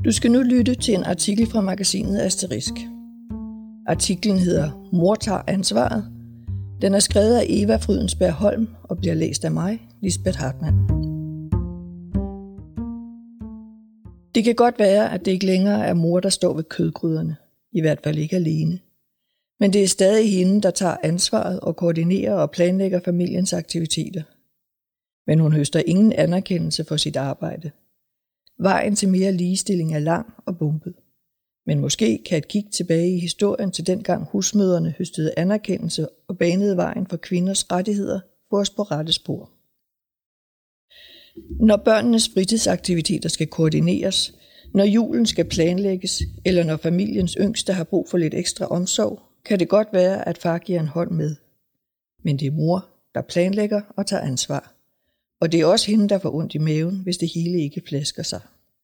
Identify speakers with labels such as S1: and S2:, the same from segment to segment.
S1: Du skal nu lytte til en artikel fra magasinet Asterisk. Artiklen hedder Mor tager ansvaret. Den er skrevet af Eva Frydensberg Holm og bliver læst af mig, Lisbeth Hartmann. Det kan godt være, at det ikke længere er mor, der står ved kødgryderne. I hvert fald ikke alene. Men det er stadig hende, der tager ansvaret og koordinerer og planlægger familiens aktiviteter. Men hun høster ingen anerkendelse for sit arbejde. Vejen til mere ligestilling er lang og bumpet. Men måske kan et kig tilbage i historien til dengang husmødrene høstede anerkendelse og banede vejen for kvinders rettigheder få os på rette spor. Når børnenes fritidsaktiviteter skal koordineres, når julen skal planlægges, eller når familiens yngste har brug for lidt ekstra omsorg, kan det godt være, at far giver en hånd med. Men det er mor, der planlægger og tager ansvar. Og det er også hende, der får ondt i maven, hvis det hele ikke flæsker sig.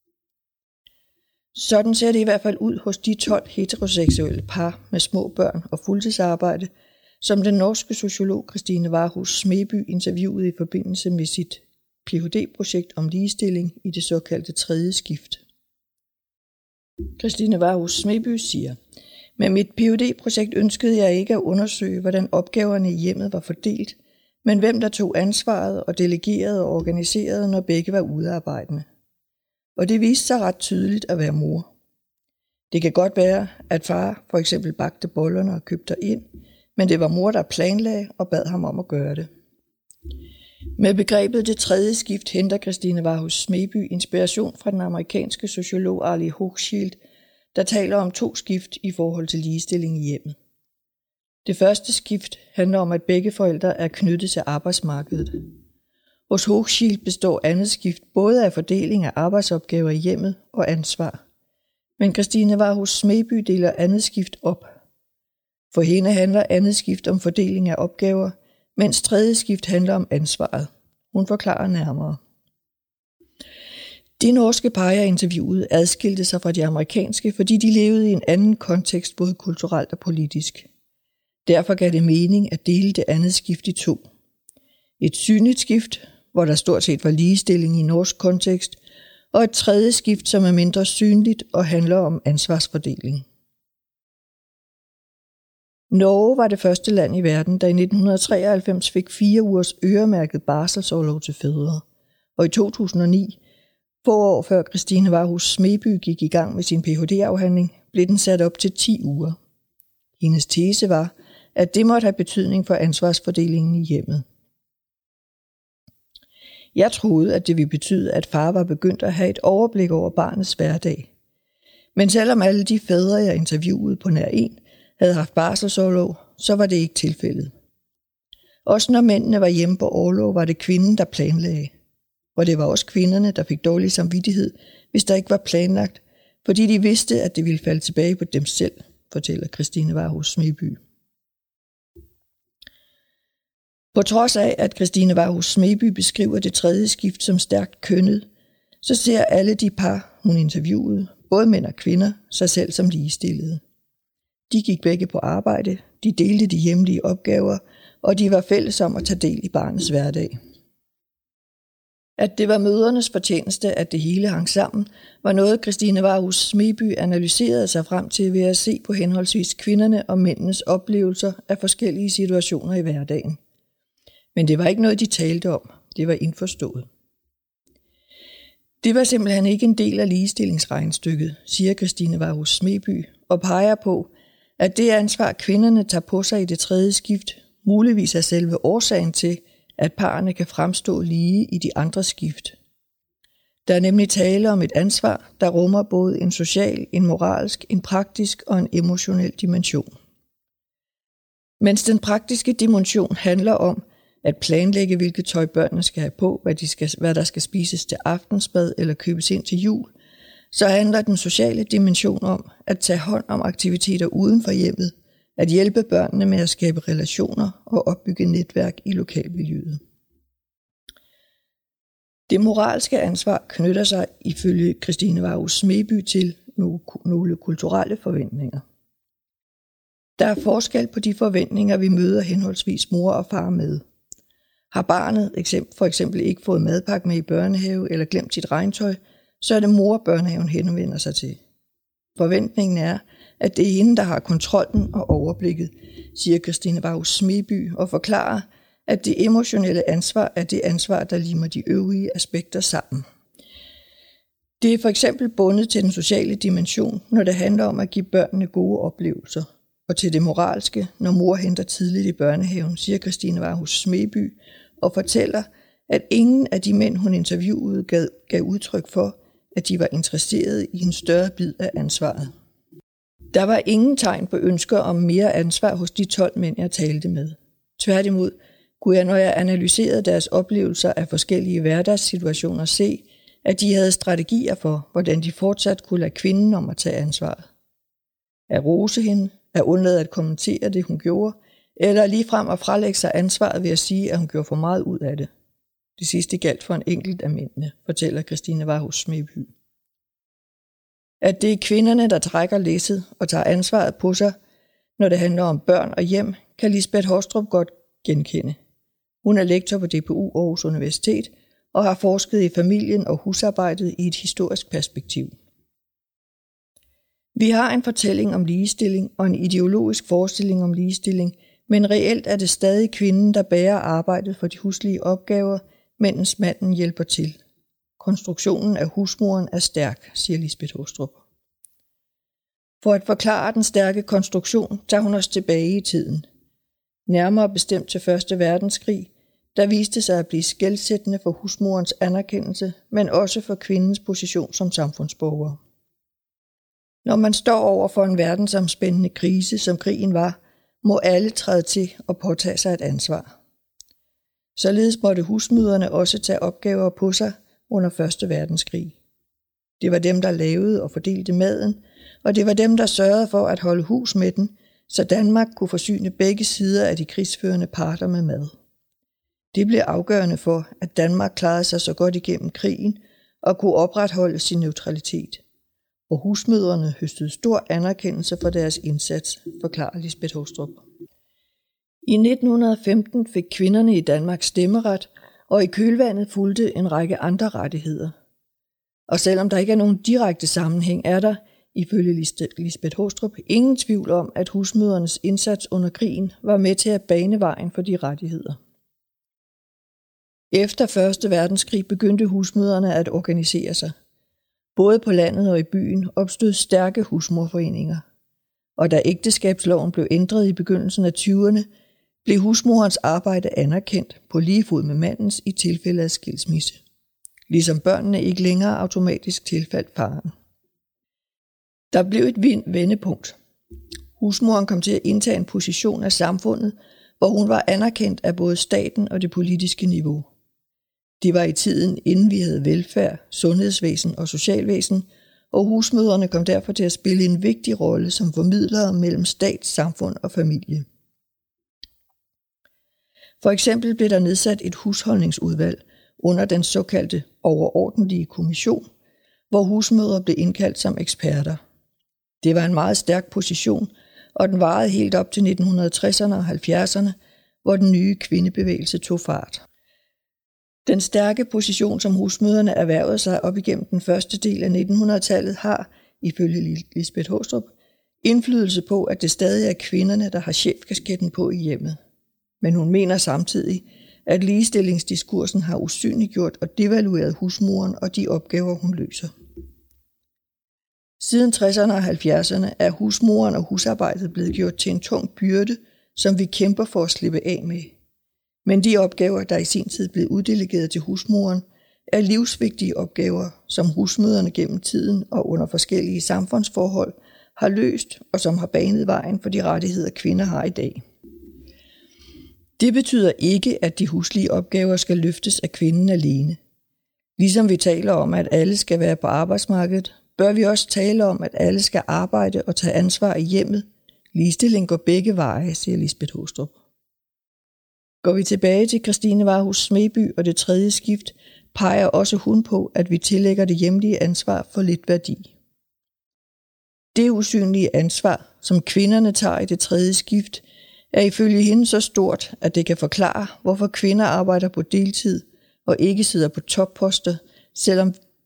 S1: Sådan ser det i hvert fald ud hos de 12 heteroseksuelle par med små børn og fuldtidsarbejde, som den norske sociolog Kristine Varhus Smeby interviewede i forbindelse med sit Ph.D.-projekt om ligestilling i det såkaldte tredje skift. Kristine Varhus Smeby siger: med mit Ph.D.-projekt ønskede jeg ikke at undersøge, hvordan opgaverne i hjemmet var fordelt, men hvem der tog ansvaret og delegerede og organiserede, når begge var udearbejdende. Og det viste sig ret tydeligt at være mor. Det kan godt være, at far for eksempel bagte bollerne og købte ind, men det var mor, der planlagde og bad ham om at gøre det. Med begrebet det tredje skift henter Kristine Varhus Smeby inspiration fra den amerikanske sociolog Arlie Hochschild, der taler om 2 skift i forhold til ligestilling i hjemmet. Det første skift handler om, at begge forældre er knyttet til arbejdsmarkedet. Hos Hochschild består andet skift både af fordeling af arbejdsopgaver i hjemmet og ansvar. Men Kristine Varhus Smeby deler andet skift op. For hende handler andet skift om fordeling af opgaver, mens tredje skift handler om ansvaret. Hun forklarer nærmere. De norske par, jeg interviewede, adskilte sig fra de amerikanske, fordi de levede i en anden kontekst, både kulturelt og politisk. Derfor gav det mening at dele det andet skift i 2. Et synligt skift, hvor der stort set var ligestilling i norsk kontekst, og et tredje skift, som er mindre synligt og handler om ansvarsfordeling. Norge var det første land i verden, der i 1993 fik 4 ugers øremærket barselsorlov til fædre. Og i 2009, få år før Kristine Varhus Smeby gik i gang med sin Ph.D.-afhandling, blev den sat op til 10 uger. Hendes tese var, at det måtte have betydning for ansvarsfordelingen i hjemmet. Jeg troede, at det ville betyde, at far var begyndt at have et overblik over barnets hverdag. Men selvom alle de fædre, jeg interviewede på nær 1, havde haft barselsorlov, så var det ikke tilfældet. Også når mændene var hjemme på orlov, var det kvinden, der planlagde. Og det var også kvinderne, der fik dårlig samvittighed, hvis der ikke var planlagt, fordi de vidste, at det ville falde tilbage på dem selv, fortæller Kristine Varhus Smeby. På trods af, at Kristine Varhus Smeby beskriver det tredje skift som stærkt kønnet, så ser alle de par, hun interviewede, både mænd og kvinder, sig selv som ligestillede. De gik begge på arbejde, de delte de hjemlige opgaver, og de var fælles om at tage del i barnets hverdag. At det var mødrenes fortjeneste, at det hele hang sammen, var noget Kristine Varhus Smeby analyserede sig frem til ved at se på henholdsvis kvinderne og mændenes oplevelser af forskellige situationer i hverdagen. Men det var ikke noget, de talte om. Det var indforstået. Det var simpelthen ikke en del af ligestillingsregnestykket, siger Kristine Varhus Smeby, og peger på, at det ansvar, kvinderne tager på sig i det tredje skift, muligvis er selve årsagen til, at parerne kan fremstå lige i de andre skift. Der er nemlig tale om et ansvar, der rummer både en social, en moralsk, en praktisk og en emotionel dimension. Mens den praktiske dimension handler om at planlægge, hvilket tøj børnene skal have på, hvad der skal spises til aftensmad eller købes ind til jul, så handler den sociale dimension om at tage hånd om aktiviteter uden for hjemmet, at hjælpe børnene med at skabe relationer og opbygge netværk i lokalmiljøet. Det moralske ansvar knytter sig ifølge Kristine Varhus Smeby til nogle kulturelle forventninger. Der er forskel på de forventninger, vi møder henholdsvis mor og far med. Har barnet for eksempel ikke fået madpakke med i børnehave eller glemt sit regntøj, så er det mor, børnehaven henvender sig til. Forventningen er, at det er hende, der har kontrollen og overblikket, siger Christine Varhus Smedby og forklarer, at det emotionelle ansvar er det ansvar, der limer de øvrige aspekter sammen. Det er for eksempel bundet til den sociale dimension, når det handler om at give børnene gode oplevelser, og til det moralske, når mor henter tidligt i børnehaven, siger Christine Varhus Smedby og fortæller, at ingen af de mænd, hun interviewede, gav udtryk for, at de var interesserede i en større bid af ansvaret. Der var ingen tegn på ønsker om mere ansvar hos de 12 mænd, jeg talte med. Tværtimod kunne jeg, når jeg analyserede deres oplevelser af forskellige hverdagssituationer, se, at de havde strategier for, hvordan de fortsat kunne lade kvinden om at tage ansvaret. At rose hende, at undlade at kommentere det, hun gjorde, eller ligefrem at frelægge sig ansvaret ved at sige, at hun gjorde for meget ud af det. Det sidste galt for en enkelt af mændene, fortæller Christine Varhus Smedby. At det er kvinderne, der trækker læsset og tager ansvaret på sig, når det handler om børn og hjem, kan Lisbeth Hostrup godt genkende. Hun er lektor på DPU Aarhus Universitet og har forsket i familien og husarbejdet i et historisk perspektiv. Vi har en fortælling om ligestilling og en ideologisk forestilling om ligestilling, men reelt er det stadig kvinden, der bærer arbejdet for de huslige opgaver, mens manden hjælper til. Konstruktionen af husmoren er stærk, siger Lisbeth Hostrup. For at forklare den stærke konstruktion, tager hun os tilbage i tiden. Nærmere bestemt til 1. verdenskrig, der viste sig at blive skelsættende for husmorens anerkendelse, men også for kvindens position som samfundsborger. Når man står over for en verdensomspændende krise, som krigen var, må alle træde til og påtage sig et ansvar. Således måtte husmødrene også tage opgaver på sig under 1. verdenskrig. Det var dem, der lavede og fordelte maden, og det var dem, der sørgede for at holde hus med den, så Danmark kunne forsyne begge sider af de krigsførende parter med mad. Det blev afgørende for, at Danmark klarede sig så godt igennem krigen og kunne opretholde sin neutralitet. Og husmødrene høstede stor anerkendelse for deres indsats, forklarer Lisbeth Hostrup. I 1915 fik kvinderne i Danmark stemmeret, og i kølvandet fulgte en række andre rettigheder. Og selvom der ikke er nogen direkte sammenhæng, er der, ifølge Lisbeth Hostrup, ingen tvivl om, at husmødrenes indsats under krigen var med til at bane vejen for de rettigheder. Efter 1. verdenskrig begyndte husmødrene at organisere sig. Både på landet og i byen opstod stærke husmorforeninger. Og da ægteskabsloven blev ændret i begyndelsen af 20'erne, blev husmorens arbejde anerkendt på lige fod med mandens i tilfælde af skilsmisse. Ligesom børnene ikke længere automatisk tilfaldt faren. Der blev et vendepunkt. Husmoren kom til at indtage en position af samfundet, hvor hun var anerkendt af både staten og det politiske niveau. Det var i tiden, inden vi havde velfærd, sundhedsvæsen og socialvæsen, og husmødrene kom derfor til at spille en vigtig rolle som formidlere mellem stat, samfund og familie. For eksempel blev der nedsat et husholdningsudvalg under den såkaldte overordentlige kommission, hvor husmødre blev indkaldt som eksperter. Det var en meget stærk position, og den varede helt op til 1960'erne og 70'erne, hvor den nye kvindebevægelse tog fart. Den stærke position, som husmødrene erhvervede sig op igennem den første del af 1900-tallet, har, ifølge Lisbeth Hostrup, indflydelse på, at det stadig er kvinderne, der har chefkasketten på i hjemmet. Men hun mener samtidig, at ligestillingsdiskursen har usynliggjort og devalueret husmoren og de opgaver, hun løser. Siden 60'erne og 70'erne er husmoren og husarbejdet blevet gjort til en tung byrde, som vi kæmper for at slippe af med. Men de opgaver, der i sin tid blev uddelegeret til husmoren, er livsvigtige opgaver, som husmødrene gennem tiden og under forskellige samfundsforhold har løst og som har banet vejen for de rettigheder, kvinder har i dag. Det betyder ikke, at de huslige opgaver skal løftes af kvinden alene. Ligesom vi taler om, at alle skal være på arbejdsmarkedet, bør vi også tale om, at alle skal arbejde og tage ansvar i hjemmet. Ligestilling går begge veje, siger Lisbeth Hostrup. Går vi tilbage til Christine Varhus Smedby og det tredje skift, peger også hun på, at vi tillægger det hjemlige ansvar for lidt værdi. Det usynlige ansvar, som kvinderne tager i det tredje skift, er ifølge hende så stort, at det kan forklare, hvorfor kvinder arbejder på deltid og ikke sidder på topposter, selvom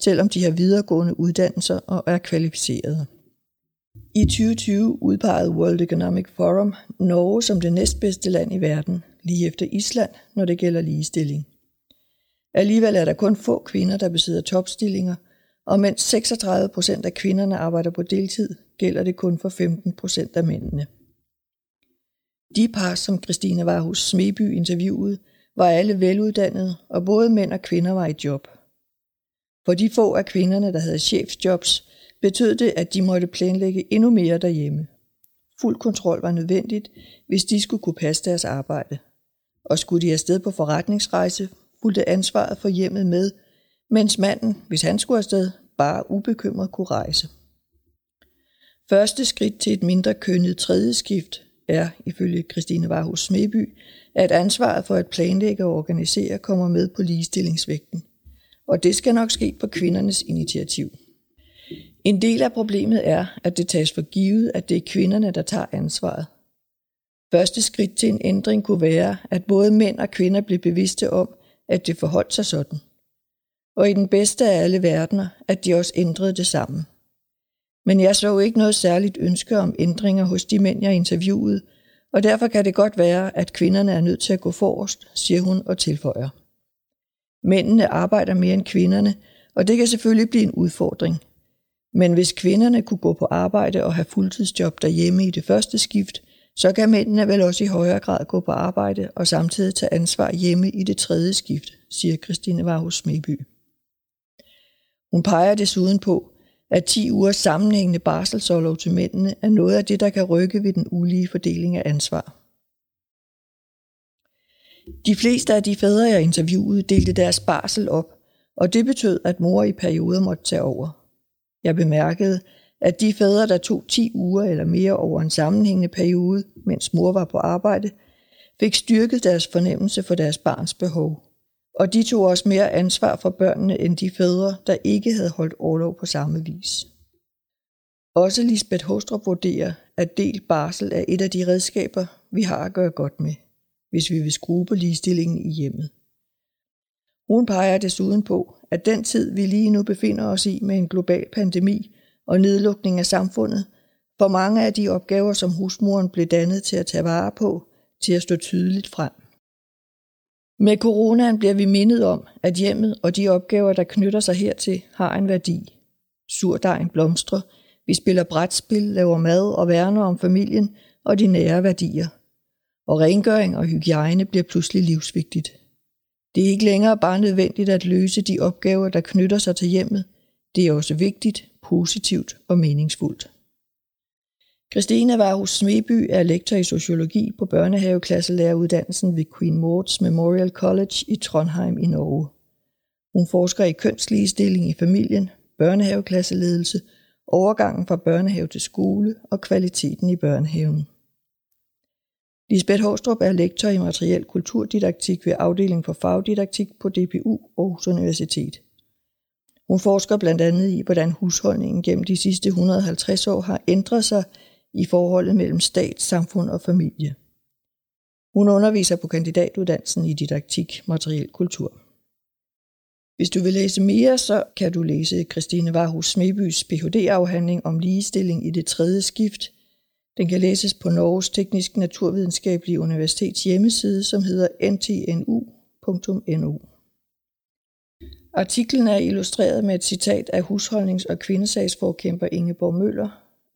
S1: selvom de har videregående uddannelser og er kvalificerede. I 2020 udpegede World Economic Forum Norge som det næstbedste land i verden, lige efter Island, når det gælder ligestilling. Alligevel er der kun få kvinder, der besidder topstillinger, og mens 36% af kvinderne arbejder på deltid, gælder det kun for 15% af mændene. De par, som Christine Varhus Smeby interviewede, var alle veluddannede, og både mænd og kvinder var i job. For de få af kvinderne, der havde chefsjobs, betød det, at de måtte planlægge endnu mere derhjemme. Fuld kontrol var nødvendigt, hvis de skulle kunne passe deres arbejde. Og skulle de afsted på forretningsrejse, fulgte ansvaret for hjemmet med, mens manden, hvis han skulle afsted, bare ubekymret kunne rejse. Første skridt til et mindre kønnet tredje skift er, ifølge Christine Varhus Smeby, at ansvaret for at planlægge og organisere kommer med på ligestillingsvægten. Og det skal nok ske på kvindernes initiativ. En del af problemet er, at det tages for givet, at det er kvinderne, der tager ansvaret. Første skridt til en ændring kunne være, at både mænd og kvinder blev bevidste om, at det forholdt sig sådan. Og i den bedste af alle verdener, at de også ændrede det sammen. Men jeg så jo ikke noget særligt ønske om ændringer hos de mænd, jeg interviewede, og derfor kan det godt være, at kvinderne er nødt til at gå forrest, siger hun og tilføjer. Mændene arbejder mere end kvinderne, og det kan selvfølgelig blive en udfordring. Men hvis kvinderne kunne gå på arbejde og have fuldtidsjob derhjemme i det første skift, så kan mændene vel også i højere grad gå på arbejde og samtidig tage ansvar hjemme i det tredje skift, siger Christine Varhus Smeby. Hun peger desuden på, at 10 ugers sammenhængende barselsorlov til mændene er noget af det, der kan rykke ved den ulige fordeling af ansvar. De fleste af de fædre, jeg interviewede, delte deres barsel op, og det betød, at mor i perioder måtte tage over. Jeg bemærkede, at de fædre, der tog 10 uger eller mere over en sammenhængende periode, mens mor var på arbejde, fik styrket deres fornemmelse for deres barns behov. Og de tog også mere ansvar for børnene end de fædre, der ikke havde holdt orlov på samme vis. Også Lisbeth Hostrup vurderer, at delt barsel er et af de redskaber, vi har at gøre godt med, hvis vi vil skrue på ligestillingen i hjemmet. Hun peger desuden på, at den tid, vi lige nu befinder os i med en global pandemi og nedlukning af samfundet, får mange af de opgaver, som husmoren blev dannet til at tage vare på, til at stå tydeligt frem. Med coronaen bliver vi mindet om, at hjemmet og de opgaver, der knytter sig hertil, har en værdi. Surdejen blomstrer, vi spiller brætspil, laver mad og værner om familien og de nære værdier. Og rengøring og hygiejne bliver pludselig livsvigtigt. Det er ikke længere bare nødvendigt at løse de opgaver, der knytter sig til hjemmet. Det er også vigtigt, positivt og meningsfuldt. Christine Varhus Smeby er lektor i sociologi på børnehaveklasselæreruddannelsen ved Queen Mauds Memorial College i Trondheim i Norge. Hun forsker i kønsligestilling i familien, børnehaveklasseledelse, overgangen fra børnehave til skole og kvaliteten i børnehaven. Lisbeth Hostrup er lektor i materiel kulturdidaktik ved afdeling for fagdidaktik på DPU Aarhus Universitet. Hun forsker blandt andet i, hvordan husholdningen gennem de sidste 150 år har ændret sig i forholdet mellem stat, samfund og familie. Hun underviser på kandidatuddannelsen i didaktik, materiel kultur. Hvis du vil læse mere, så kan du læse Christine Varhus Smebys Ph.D.-afhandling om ligestilling i det tredje skift. Den kan læses på Norges Teknisk Naturvidenskabelige Universitets hjemmeside, som hedder ntnu.no. Artiklen er illustreret med et citat af husholdnings- og kvindesagsforkæmper Ingeborg Møller,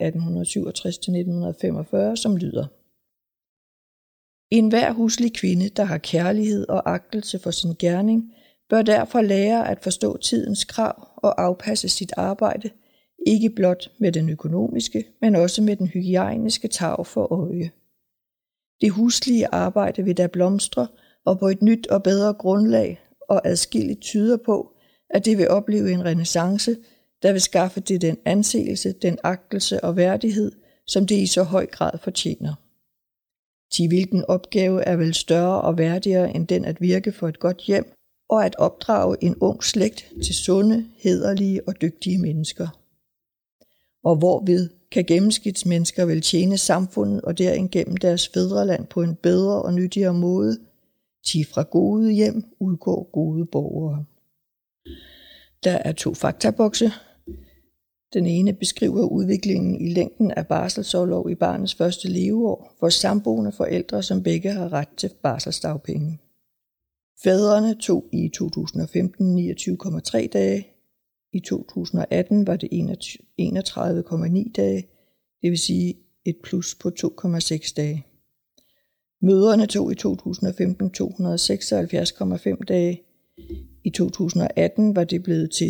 S1: 1867-1945, som lyder: enhver huslig kvinde, der har kærlighed og agtelse for sin gerning, bør derfor lære at forstå tidens krav og afpasse sit arbejde, ikke blot med den økonomiske, men også med den hygiejniske tarv for øje. Det huslige arbejde vil da blomstre, og på et nyt og bedre grundlag, og adskilligt tyder på, at det vil opleve en renæssance, der vil skaffe det den anseelse, den agtelse og værdighed, som det i så høj grad fortjener. Til hvilken opgave er vel større og værdigere end den at virke for et godt hjem, og at opdrage en ung slægt til sunde, hæderlige og dygtige mennesker. Og hvorved kan gennemsnitsmennesker vel tjene samfundet og derigennem deres fædreland på en bedre og nyttigere måde. Til fra gode hjem udgår gode borgere. Der er 2 faktabokse. Den ene beskriver udviklingen i længden af barselsorlov i barnets første leveår for samboende forældre, som begge har ret til barselsdagpenge. Fædrene tog i 2015 29,3 dage. I 2018 var det 31,9 dage, det vil sige et plus på 2,6 dage. Mødrene tog i 2015 276,5 dage. I 2018 var det blevet til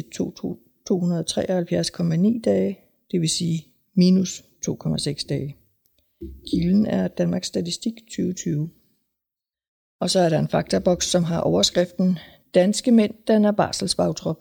S1: 273,9 dage, det vil sige minus 2,6 dage. Kilden er Danmarks Statistik 2020. Og så er der en faktaboks, som har overskriften Danske mænd danner barselsbagtrop.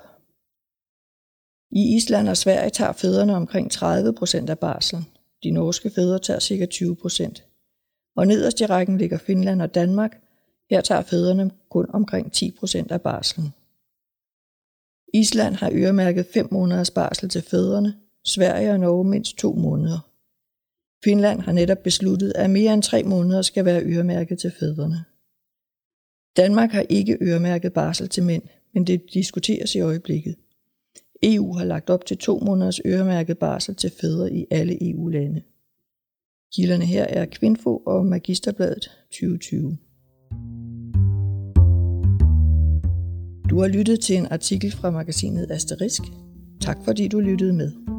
S1: I Island og Sverige tager fædrene omkring 30% af barslen. De norske fædre tager ca. 20%. Og nederst i rækken ligger Finland og Danmark. Her tager fædrene kun omkring 10% af barslen. Island har øremærket 5 måneders barsel til fædrene, Sverige og Norge mindst 2 måneder. Finland har netop besluttet, at mere end 3 måneder skal være øremærket til fædrene. Danmark har ikke øremærket barsel til mænd, men det diskuteres i øjeblikket. EU har lagt op til 2 måneders øremærket barsel til fædre i alle EU-lande. Kilderne her er Kvinfo og Magisterbladet 2020. Du har lyttet til en artikel fra magasinet Asterisk. Tak fordi du lyttede med.